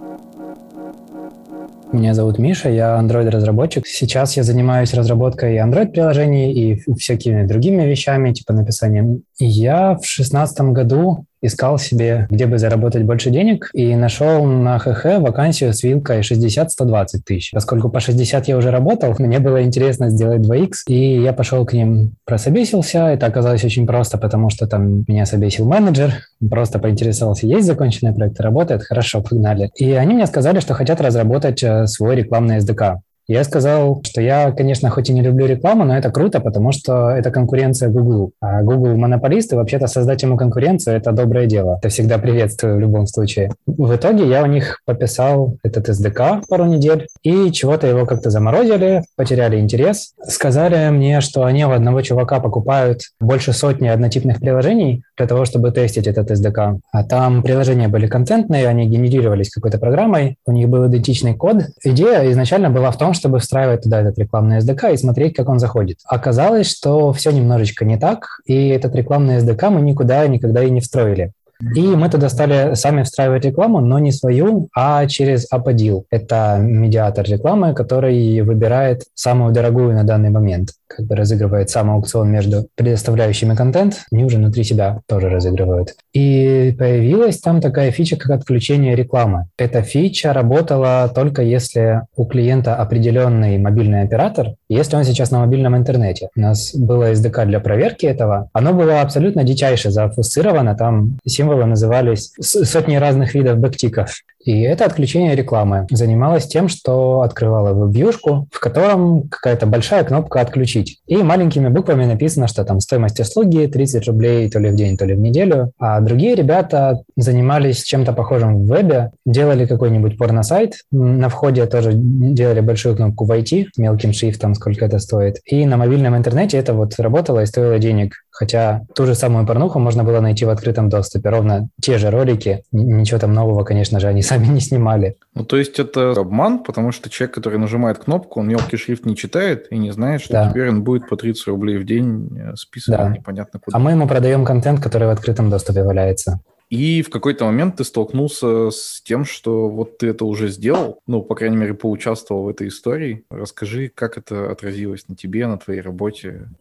Меня зовут Миша, я Android-разработчик. Сейчас я занимаюсь разработкой Android-приложений и всякими другими вещами, типа написанием. И я в шестнадцатом году искал себе, где бы заработать больше денег, и нашел на ХХ вакансию с вилкой шестьдесят - сто двадцать тысяч. Поскольку по шестьдесят я уже работал, мне было интересно сделать два икс, и я пошел к ним, прособесился. Это оказалось очень просто, потому что там меня собесил менеджер, просто поинтересовался, есть законченный проект, работает, хорошо, погнали. И они мне сказали, что хотят разработать свой рекламный эс ди кей. Я сказал, что я, конечно, хоть и не люблю рекламу, но это круто, потому что это конкуренция Google. А Google монополист, и вообще-то создать ему конкуренцию – это доброе дело. Это всегда приветствую в любом случае. В итоге я у них пописал этот эс ди кей пару недель, и чего-то его как-то заморозили, потеряли интерес. Сказали мне, что они у одного чувака покупают больше сотни однотипных приложений для того, чтобы тестить этот эс ди кей. А там приложения были контентные, они генерировались какой-то программой, у них был идентичный код. Идея изначально была в том, чтобы встраивать туда этот рекламный эс ди кей и смотреть, как он заходит. Оказалось, что все немножечко не так, и этот рекламный эс ди кей мы никуда никогда и не встроили. И мы туда стали сами встраивать рекламу, но не свою, а через Apodil. Это медиатор рекламы, который выбирает самую дорогую на данный момент. Как бы разыгрывает сам аукцион между предоставляющими контент, они уже внутри себя тоже разыгрывают. И появилась там такая фича, как отключение рекламы. Эта фича работала только если у клиента определенный мобильный оператор, если он сейчас на мобильном интернете. У нас было эс ди кей для проверки этого. Оно было абсолютно дичайше зафусцировано, там символы назывались сотни разных видов бэктиков. И это отключение рекламы занималось тем, что открывало веб-вьюшку, в котором какая-то большая кнопка «Отключить». И маленькими буквами написано, что там стоимость услуги тридцать рублей то ли в день, то ли в неделю. А другие ребята занимались чем-то похожим в вебе, делали какой-нибудь порно-сайт, на входе тоже делали большую кнопку «Войти» мелким шрифтом, сколько это стоит. И на мобильном интернете это вот работало и стоило денег. Хотя ту же самую порнуху можно было найти в открытом доступе. Ровно те же ролики. Ничего там нового, конечно же, они сами не снимали. Ну, то есть это обман, потому что человек, который нажимает кнопку, он мелкий шрифт не читает и не знает, что да. Теперь он будет по тридцать рублей в день списывать да. непонятно куда. А мы ему продаем контент, который в открытом доступе валяется. И в какой-то момент ты столкнулся с тем, что вот ты это уже сделал, ну, по крайней мере, поучаствовал в этой истории. Расскажи, как это отразилось на тебе, на твоей работе?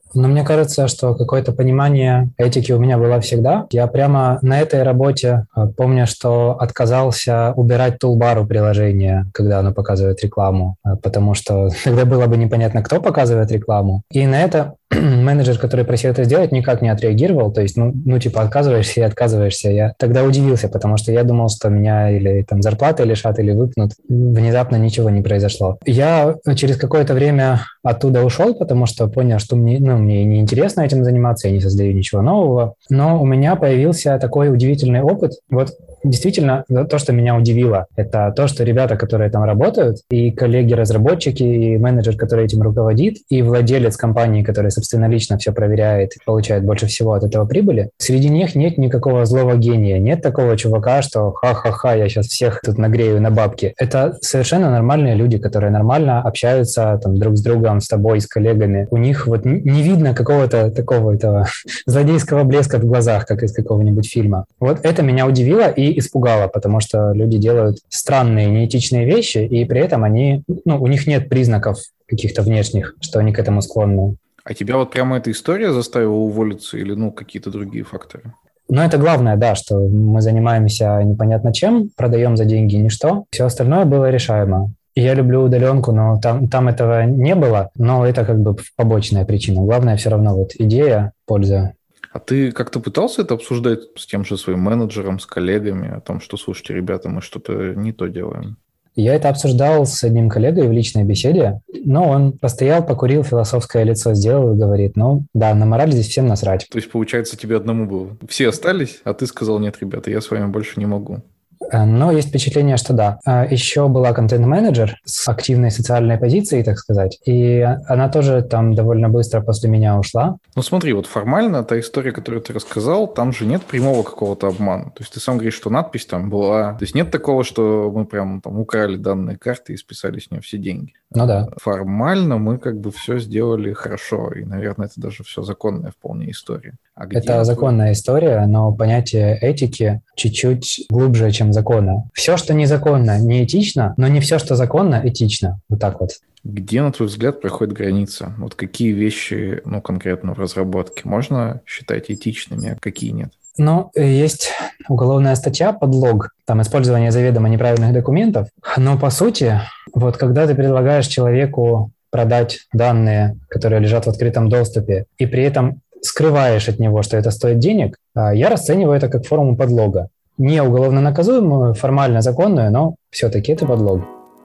Но мне кажется, что какое-то понимание этики у меня было всегда. Я прямо на этой работе помню, что отказался убирать тулбар у приложения, когда оно показывает рекламу, потому что тогда было бы непонятно, кто показывает рекламу. И на это менеджер, который просил это сделать, никак не отреагировал. То есть, ну, ну типа, отказываешься и отказываешься. Я тогда удивился, потому что я думал, что меня или там зарплаты лишат, или выпнут. Внезапно ничего не произошло. Я через какое-то время оттуда ушел, потому что понял, что мне, ну, мне неинтересно этим заниматься, я не создаю ничего нового. Но у меня появился такой удивительный опыт. Вот действительно, то, что меня удивило, это то, что ребята, которые там работают, и коллеги-разработчики, и менеджер, который этим руководит, и владелец компании, который собственнолично все проверяет и получает больше всего от этого прибыли, среди них нет никакого злого гения, нет такого чувака, что ха-ха-ха, я сейчас всех тут нагрею на бабки. Это совершенно нормальные люди, которые нормально общаются там, друг с другом, с тобой, с коллегами. У них вот не видно какого-то такого этого злодейского блеска в глазах, как из какого-нибудь фильма. Вот это меня удивило и испугало, потому что люди делают странные, неэтичные вещи, и при этом они, ну, у них нет признаков каких-то внешних, что они к этому склонны. А тебя вот прямо эта история заставила уволиться или, ну, какие-то другие факторы? Ну, это главное, да, что мы занимаемся непонятно чем, продаем за деньги ничто, все остальное было решаемо. Я люблю удаленку, но там, там этого не было, но это как бы побочная причина. Главное все равно вот идея, польза. А ты как-то пытался это обсуждать с тем же своим менеджером, с коллегами, о том, что, слушайте, ребята, мы что-то не то делаем? Я это обсуждал с одним коллегой в личной беседе, но он постоял, покурил, философское лицо сделал и говорит, ну да, на мораль здесь всем насрать. То есть, получается, тебе одному было. Все остались, а ты сказал, нет, ребята, я с вами больше не могу. Но есть впечатление, что да. Еще была контент-менеджер с активной социальной позицией, так сказать, и она тоже там довольно быстро после меня ушла. Ну смотри, вот формально та история, которую ты рассказал, там же нет прямого какого-то обмана. То есть ты сам говоришь, что надпись там была. То есть нет такого, что мы прям там украли данные карты и списали с нее все деньги. Ну да. Формально мы как бы все сделали хорошо, и, наверное, это даже все законная вполне история. А где это законная история, но понятие этики чуть-чуть глубже, чем закона. Все, что незаконно, неэтично, но не все, что законно, этично. Вот так вот. Где, на твой взгляд, проходит граница? Вот какие вещи, ну, конкретно в разработке можно считать этичными, а какие нет? Ну, есть уголовная статья подлог, там использование заведомо неправильных документов, но по сути, вот когда ты предлагаешь человеку продать данные, которые лежат в открытом доступе, и при этом скрываешь от него, что это стоит денег, я расцениваю это как форму подлога. Не уголовно наказуемую, формально законную, но все-таки это подлог.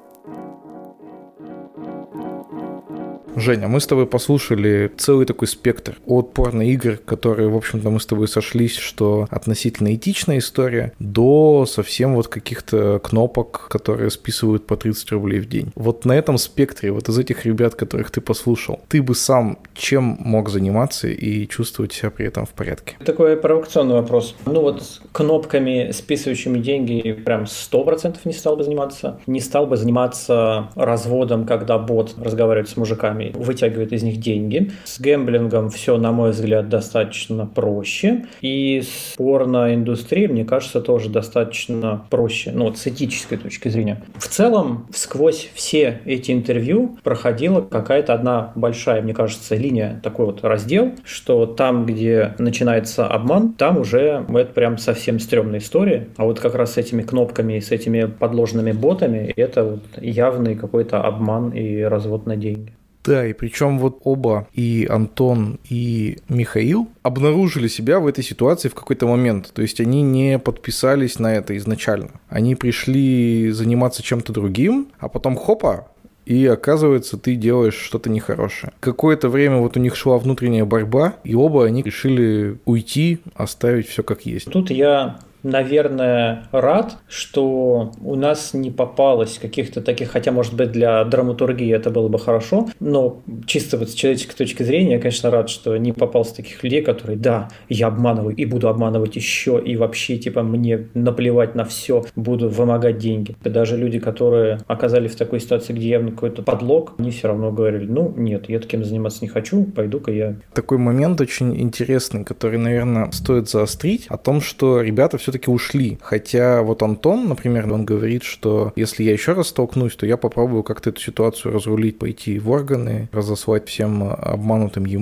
Женя, мы с тобой послушали целый такой спектр от порно-игр, которые, в общем-то, мы с тобой сошлись, что относительно этичная история, до совсем вот каких-то кнопок, которые списывают по тридцать рублей в день. Вот на этом спектре, вот из этих ребят, которых ты послушал, ты бы сам чем мог заниматься и чувствовать себя при этом в порядке? Такой провокационный вопрос. Ну вот с кнопками, списывающими деньги, прям сто процентов не стал бы заниматься. Не стал бы заниматься разводом, когда бот разговаривает с мужиками, вытягивает из них деньги. С гэмблингом все, на мой взгляд, достаточно проще. И с порноиндустрией, мне кажется, тоже достаточно проще, ну вот с этической точки зрения. В целом, сквозь все эти интервью проходила какая-то одна большая, мне кажется, линия, такой вот раздел, что там, где начинается обман, там уже это прям совсем стрёмная история. А вот как раз с этими кнопками, с этими подложными ботами, это вот явный какой-то обман и развод на деньги. Да, и причем вот оба, и Антон, и Михаил, обнаружили себя в этой ситуации в какой-то момент. То есть они не подписались на это изначально. Они пришли заниматься чем-то другим, а потом хопа, и оказывается, ты делаешь что-то нехорошее. Какое-то время вот у них шла внутренняя борьба, и оба они решили уйти, оставить все как есть. Тут я... наверное, рад, что у нас не попалось каких-то таких, хотя, может быть, для драматургии это было бы хорошо, но чисто вот с человеческой точки зрения я, конечно, рад, что не попался таких людей, которые, да, я обманываю и буду обманывать еще, и вообще, типа, мне наплевать на все, буду вымогать деньги. И даже люди, которые оказались в такой ситуации, где явно какой-то подлог, они все равно говорили, ну, нет, я таким заниматься не хочу, пойду-ка я. Такой момент очень интересный, который, наверное, стоит заострить, о том, что ребята все все-таки ушли. Хотя вот Антон, например, он говорит, что если я еще раз столкнусь, то я попробую как-то эту ситуацию разрулить, пойти в органы, разослать всем обманутым e-mail.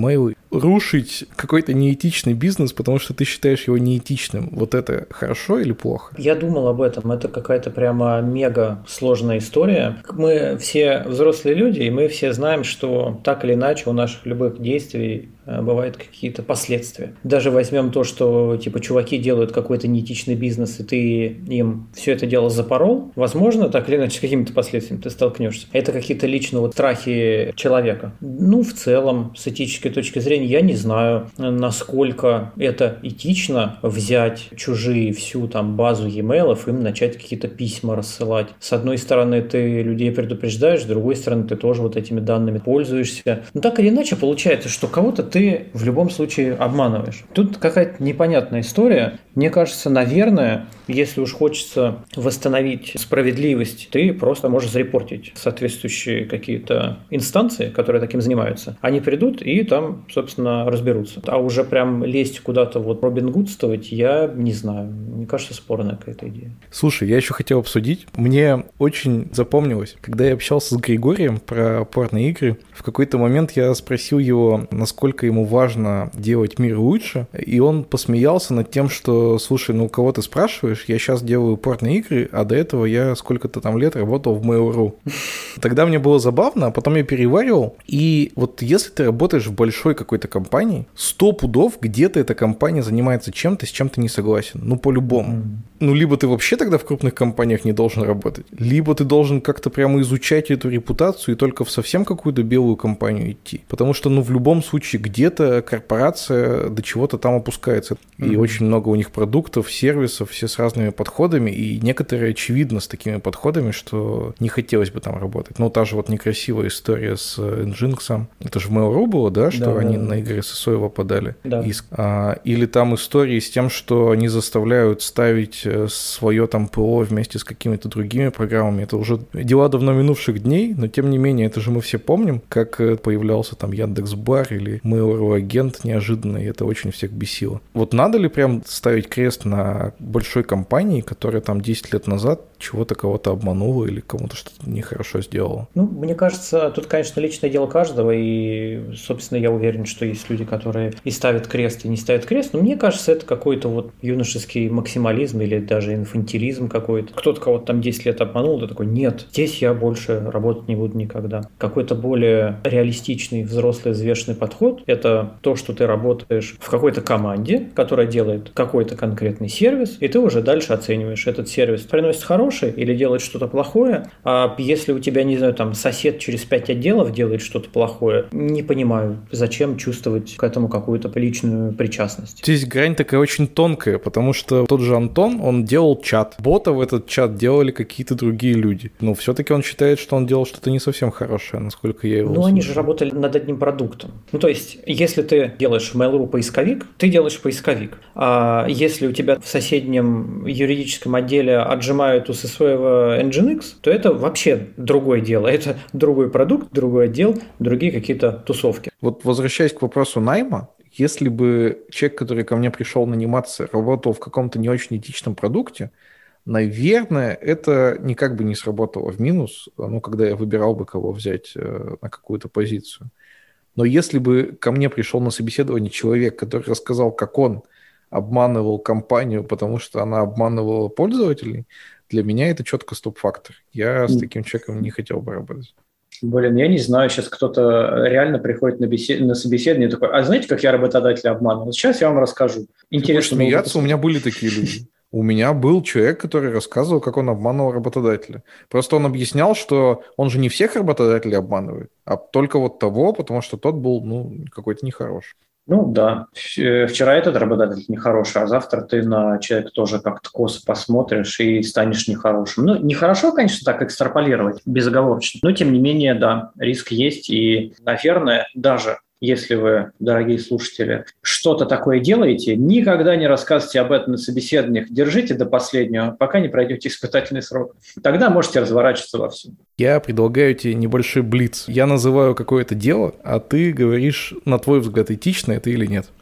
рушить какой-то неэтичный бизнес, потому что ты считаешь его неэтичным, вот это хорошо или плохо? Я думал об этом. Это какая-то прямо мега сложная история. Мы все взрослые люди, и мы все знаем, что так или иначе у наших любых действий бывают какие-то последствия. Даже возьмем то, что типа чуваки делают какой-то неэтичный бизнес, и ты им все это дело запорол, возможно, так или иначе с какими-то последствиями ты столкнешься. Это какие-то личные вот страхи человека. Ну, в целом, с этической точки зрения, я не знаю, насколько это этично взять чужие всю там базу e-mail, им начать какие-то письма рассылать. С одной стороны, ты людей предупреждаешь, с другой стороны, ты тоже вот этими данными пользуешься. Но так или иначе, получается, что кого-то ты в любом случае обманываешь. Тут какая-то непонятная история. Мне кажется, наверное, если уж хочется восстановить справедливость, ты просто можешь зарепортить соответствующие какие-то инстанции, которые таким занимаются. Они придут и там, собственно, разберутся. А уже прям лезть куда-то вот Робин Гудствовать, я не знаю. Мне кажется, спорная какая-то идея. Слушай, я еще хотел обсудить. Мне очень запомнилось, когда я общался с Григорием про порно-игры, в какой-то момент я спросил его, насколько ему важно делать мир лучше, и он посмеялся над тем, что, слушай, ну кого ты спрашиваешь, я сейчас делаю порно-игры, а до этого я сколько-то там лет работал в Mail.ru. Тогда мне было забавно, а потом я переваривал, и вот если ты работаешь в большой какой-то компании, сто пудов где-то эта компания занимается чем-то, с чем ты не согласен, ну по-любому. Mm-hmm. Ну либо ты вообще тогда в крупных компаниях не должен работать, либо ты должен как-то прямо изучать эту репутацию и только в совсем какую-то белую компанию идти, потому что, ну в любом случае, где-то корпорация до чего-то там опускается. Mm-hmm. И очень много у них продуктов, сервисов, все с разными подходами, и некоторые, очевидно, с такими подходами, что не хотелось бы там работать. Ну, та же вот некрасивая история с Nginx. Это же в Mail.ru было, да, что да, они да. на игры Сысоева подали да. иск. А, или там истории с тем, что они заставляют ставить свое там ПО вместе с какими-то другими программами. Это уже дела давно минувших дней, но тем не менее, это же мы все помним, как появлялся там Яндекс.Бар или Mail.ru агент неожиданно, и это очень всех бесило. Вот надо ли прям ставить крест на большой компании, которая там десять лет назад чего-то кого-то обманула или кому-то что-то нехорошо сделала? Ну, мне кажется, тут, конечно, личное дело каждого, и, собственно, я уверен, что есть люди, которые и ставят крест, и не ставят крест, но мне кажется, это какой-то вот юношеский максимализм или даже инфантилизм какой-то. Кто-то кого-то там десять лет обманул, ты такой, нет, здесь я больше работать не буду никогда. Какой-то более реалистичный, взрослый, взвешенный подход – это то, что ты работаешь в какой-то команде, которая делает какой-то конкретный сервис, и ты уже дальше оцениваешь, этот сервис приносит хороший или делает что-то плохое, а если у тебя, не знаю, там сосед через пять отделов делает что-то плохое, не понимаю, зачем чувствовать к этому какую-то личную причастность. Здесь грань такая очень тонкая, потому что тот же Антон, он делал чат. Бота в этот чат делали какие-то другие люди. Но все-таки он считает, что он делал что-то не совсем хорошее, насколько я его Ну, услышал. они же работали над одним продуктом. Ну, то есть, если ты делаешь в Mail.ru поисковик, ты делаешь поисковик. А если у тебя в соседнем юридическом отделе отжимают у своего Nginx, то это вообще другое дело. Это другой продукт, другой отдел, другие какие-то тусовки. Вот возвращаясь к вопросу найма, если бы человек, который ко мне пришел наниматься, работал в каком-то не очень этичном продукте, наверное, это никак бы не сработало в минус, ну, когда я выбирал бы, кого взять э, на какую-то позицию. Но если бы ко мне пришел на собеседование человек, который рассказал, как он обманывал компанию, потому что она обманывала пользователей, для меня это четко стоп-фактор. Я с таким человеком не хотел бы работать. Блин, я не знаю, сейчас кто-то реально приходит на, бесед... на собеседование и такой, а знаете, как я работодателя обманывал? Сейчас я вам расскажу. Интересно. Ты смеяться, у меня были такие люди. У меня был человек, который рассказывал, как он обманывал работодателя. Просто он объяснял, что он же не всех работодателей обманывает, а только вот того, потому что тот был, ну, какой-то нехороший. Ну да, вчера этот работодатель нехороший, а завтра ты на человека тоже как-то косо посмотришь и станешь нехорошим. Ну, нехорошо, конечно, так экстраполировать безоговорочно, но тем не менее, да, риск есть. И, наверное, даже если вы, дорогие слушатели, что-то такое делаете, никогда не рассказывайте об этом на собеседованиях, держите до последнего, пока не пройдете испытательный срок. Тогда можете разворачиваться во всем. Я предлагаю тебе небольшой блиц. Я называю какое-то дело, а ты говоришь, на твой взгляд, этично это или нет.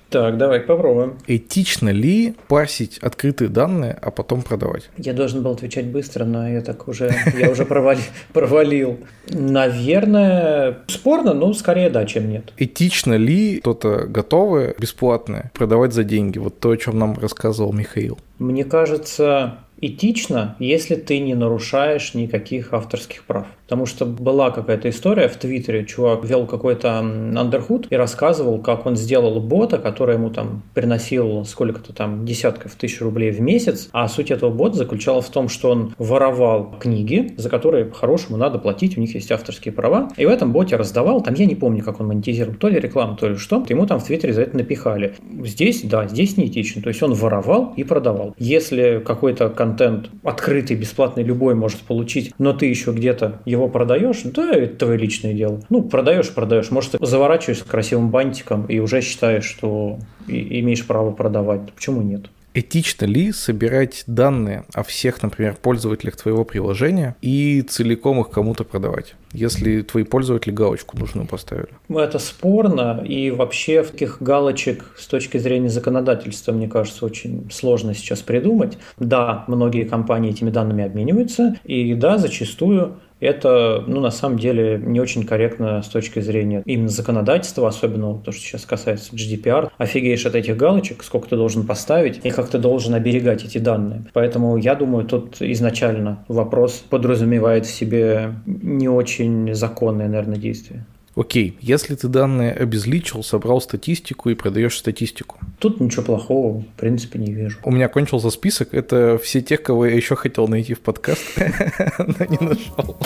Так, давай попробуем. Этично ли парсить открытые данные, а потом продавать? Я должен был отвечать быстро, но я так уже, я уже провали, провалил. Наверное, спорно, но скорее да, чем нет. Этично ли что-то готовое, бесплатное, продавать за деньги? Вот то, о чем нам рассказывал Михаил. Мне кажется, этично, если ты не нарушаешь никаких авторских прав. Потому что была какая-то история в Твиттере, чувак вел какой-то андерхуд и рассказывал, как он сделал бота, который ему там приносил сколько-то там десятков тысяч рублей в месяц, а суть этого бота заключалась в том, что он воровал книги, за которые по-хорошему надо платить, у них есть авторские права, и в этом боте раздавал, там я не помню, как он монетизировал, то ли рекламу, то ли что, ему там в Твиттере за это напихали. Здесь, да, здесь неэтично, то есть он воровал и продавал. Если какой-то контент открытый, бесплатный, любой может получить, но ты еще где-то его продаешь, да, это твое личное дело. Ну, продаешь, продаешь. Может, ты заворачиваешься красивым бантиком и уже считаешь, что и, имеешь право продавать. Почему нет? Этично ли собирать данные о всех, например, пользователях твоего приложения и целиком их кому-то продавать, если твои пользователи галочку нужную поставили? Это спорно, и вообще таких галочек с точки зрения законодательства, мне кажется, очень сложно сейчас придумать. Да, многие компании этими данными обмениваются, и да, зачастую это, ну, на самом деле, не очень корректно с точки зрения именно законодательства, особенно то, что сейчас касается джи ди пи ар. Офигеешь от этих галочек, сколько ты должен поставить и как ты должен оберегать эти данные. Поэтому, я думаю, тут изначально вопрос подразумевает в себе не очень законное, наверное, действие. Окей, если ты данные обезличил, собрал статистику и продаешь статистику. Тут ничего плохого, в принципе, не вижу. У меня кончился список. Это все тех, кого я еще хотел найти в подкаст, но не нашел.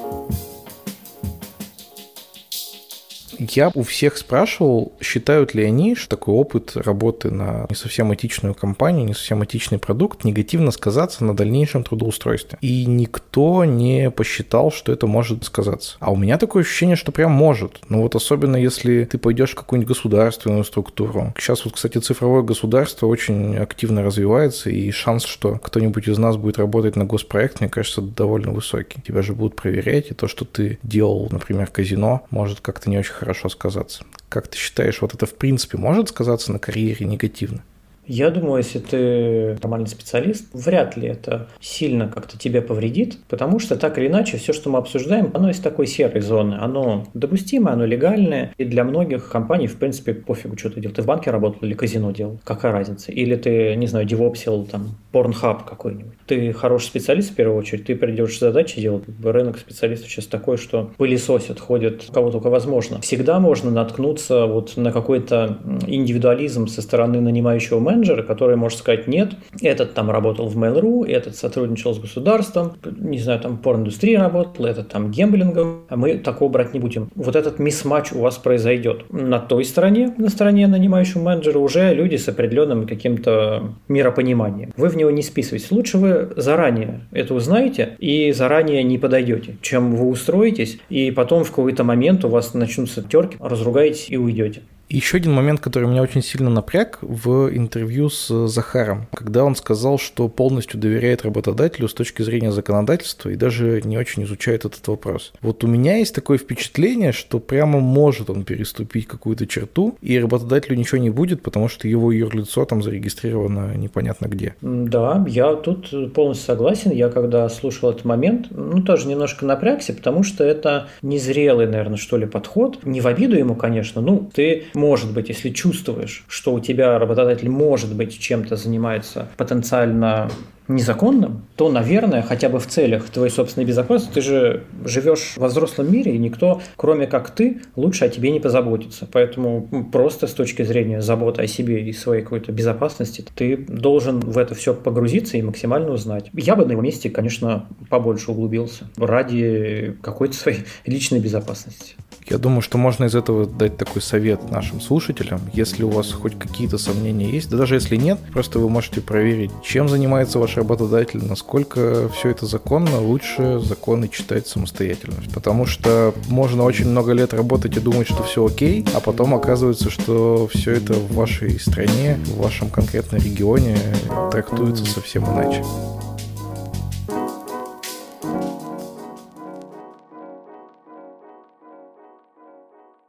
Я у всех спрашивал, считают ли они, что такой опыт работы на не совсем этичную компанию, не совсем этичный продукт негативно сказаться на дальнейшем трудоустройстве. И никто не посчитал, что это может сказаться. А у меня такое ощущение, что прям может. Ну вот особенно если ты пойдешь в какую-нибудь государственную структуру. Сейчас вот, кстати, цифровое государство очень активно развивается, и шанс, что кто-нибудь из нас будет работать на госпроект, мне кажется, довольно высокий. Тебя же будут проверять, и то, что ты делал, например, казино, может как-то не очень хорошо хорошо сказаться. Как ты считаешь, вот это в принципе может сказаться на карьере негативно? Я думаю, если ты нормальный специалист, вряд ли это сильно как-то тебе повредит, потому что так или иначе все, что мы обсуждаем, оно из такой серой зоны. Оно допустимое, оно легальное, и для многих компаний, в принципе, пофигу, что ты делал. Ты в банке работал или казино делал? Какая разница? Или ты, не знаю, девопсил там Pornhub какой-нибудь. Ты хороший специалист в первую очередь, ты придешь задачи делать. Рынок специалистов сейчас такой, что пылесосят, ходят кого только возможно. Всегда можно наткнуться вот на какой-то индивидуализм со стороны нанимающего менеджера, который может сказать: нет, этот там работал в Mail.ru, этот сотрудничал с государством, не знаю, там порноиндустрии работал, этот там гемблингом, а мы такого брать не будем. Вот этот мисс-матч у вас произойдет. На той стороне, на стороне нанимающего менеджера, уже люди с определенным каким-то миропониманием. Вы в него не списываетесь. Лучше вы заранее это узнаете и заранее не подойдете, чем вы устроитесь, и потом в какой-то момент у вас начнутся терки, разругаетесь и уйдете. Еще один момент, который меня очень сильно напряг в интервью с Захаром, когда он сказал, что полностью доверяет работодателю с точки зрения законодательства и даже не очень изучает этот вопрос. Вот у меня есть такое впечатление, что прямо может он переступить какую-то черту, и работодателю ничего не будет, потому что его юрлицо там зарегистрировано непонятно где. Да, я тут полностью согласен. Я когда слушал этот момент, ну, тоже немножко напрягся, потому что это незрелый, наверное, что ли, подход. Не в обиду ему, конечно, ну, ты... Может быть, если чувствуешь, что у тебя работодатель, может быть, чем-то занимается потенциально незаконным, то, наверное, хотя бы в целях твоей собственной безопасности, ты же живешь во взрослом мире, и никто, кроме как ты, лучше о тебе не позаботится. Поэтому просто с точки зрения заботы о себе и своей какой-то безопасности, ты должен в это все погрузиться и максимально узнать. Я бы на его месте, конечно, побольше углубился ради какой-то своей личной безопасности. Я думаю, что можно из этого дать такой совет нашим слушателям. Если у вас хоть какие-то сомнения есть, да даже если нет, просто вы можете проверить, чем занимается ваш работодатель, насколько все это законно, лучше законы читать самостоятельно. Потому что можно очень много лет работать и думать, что все окей, а потом оказывается, что все это в вашей стране, в вашем конкретном регионе трактуется совсем иначе.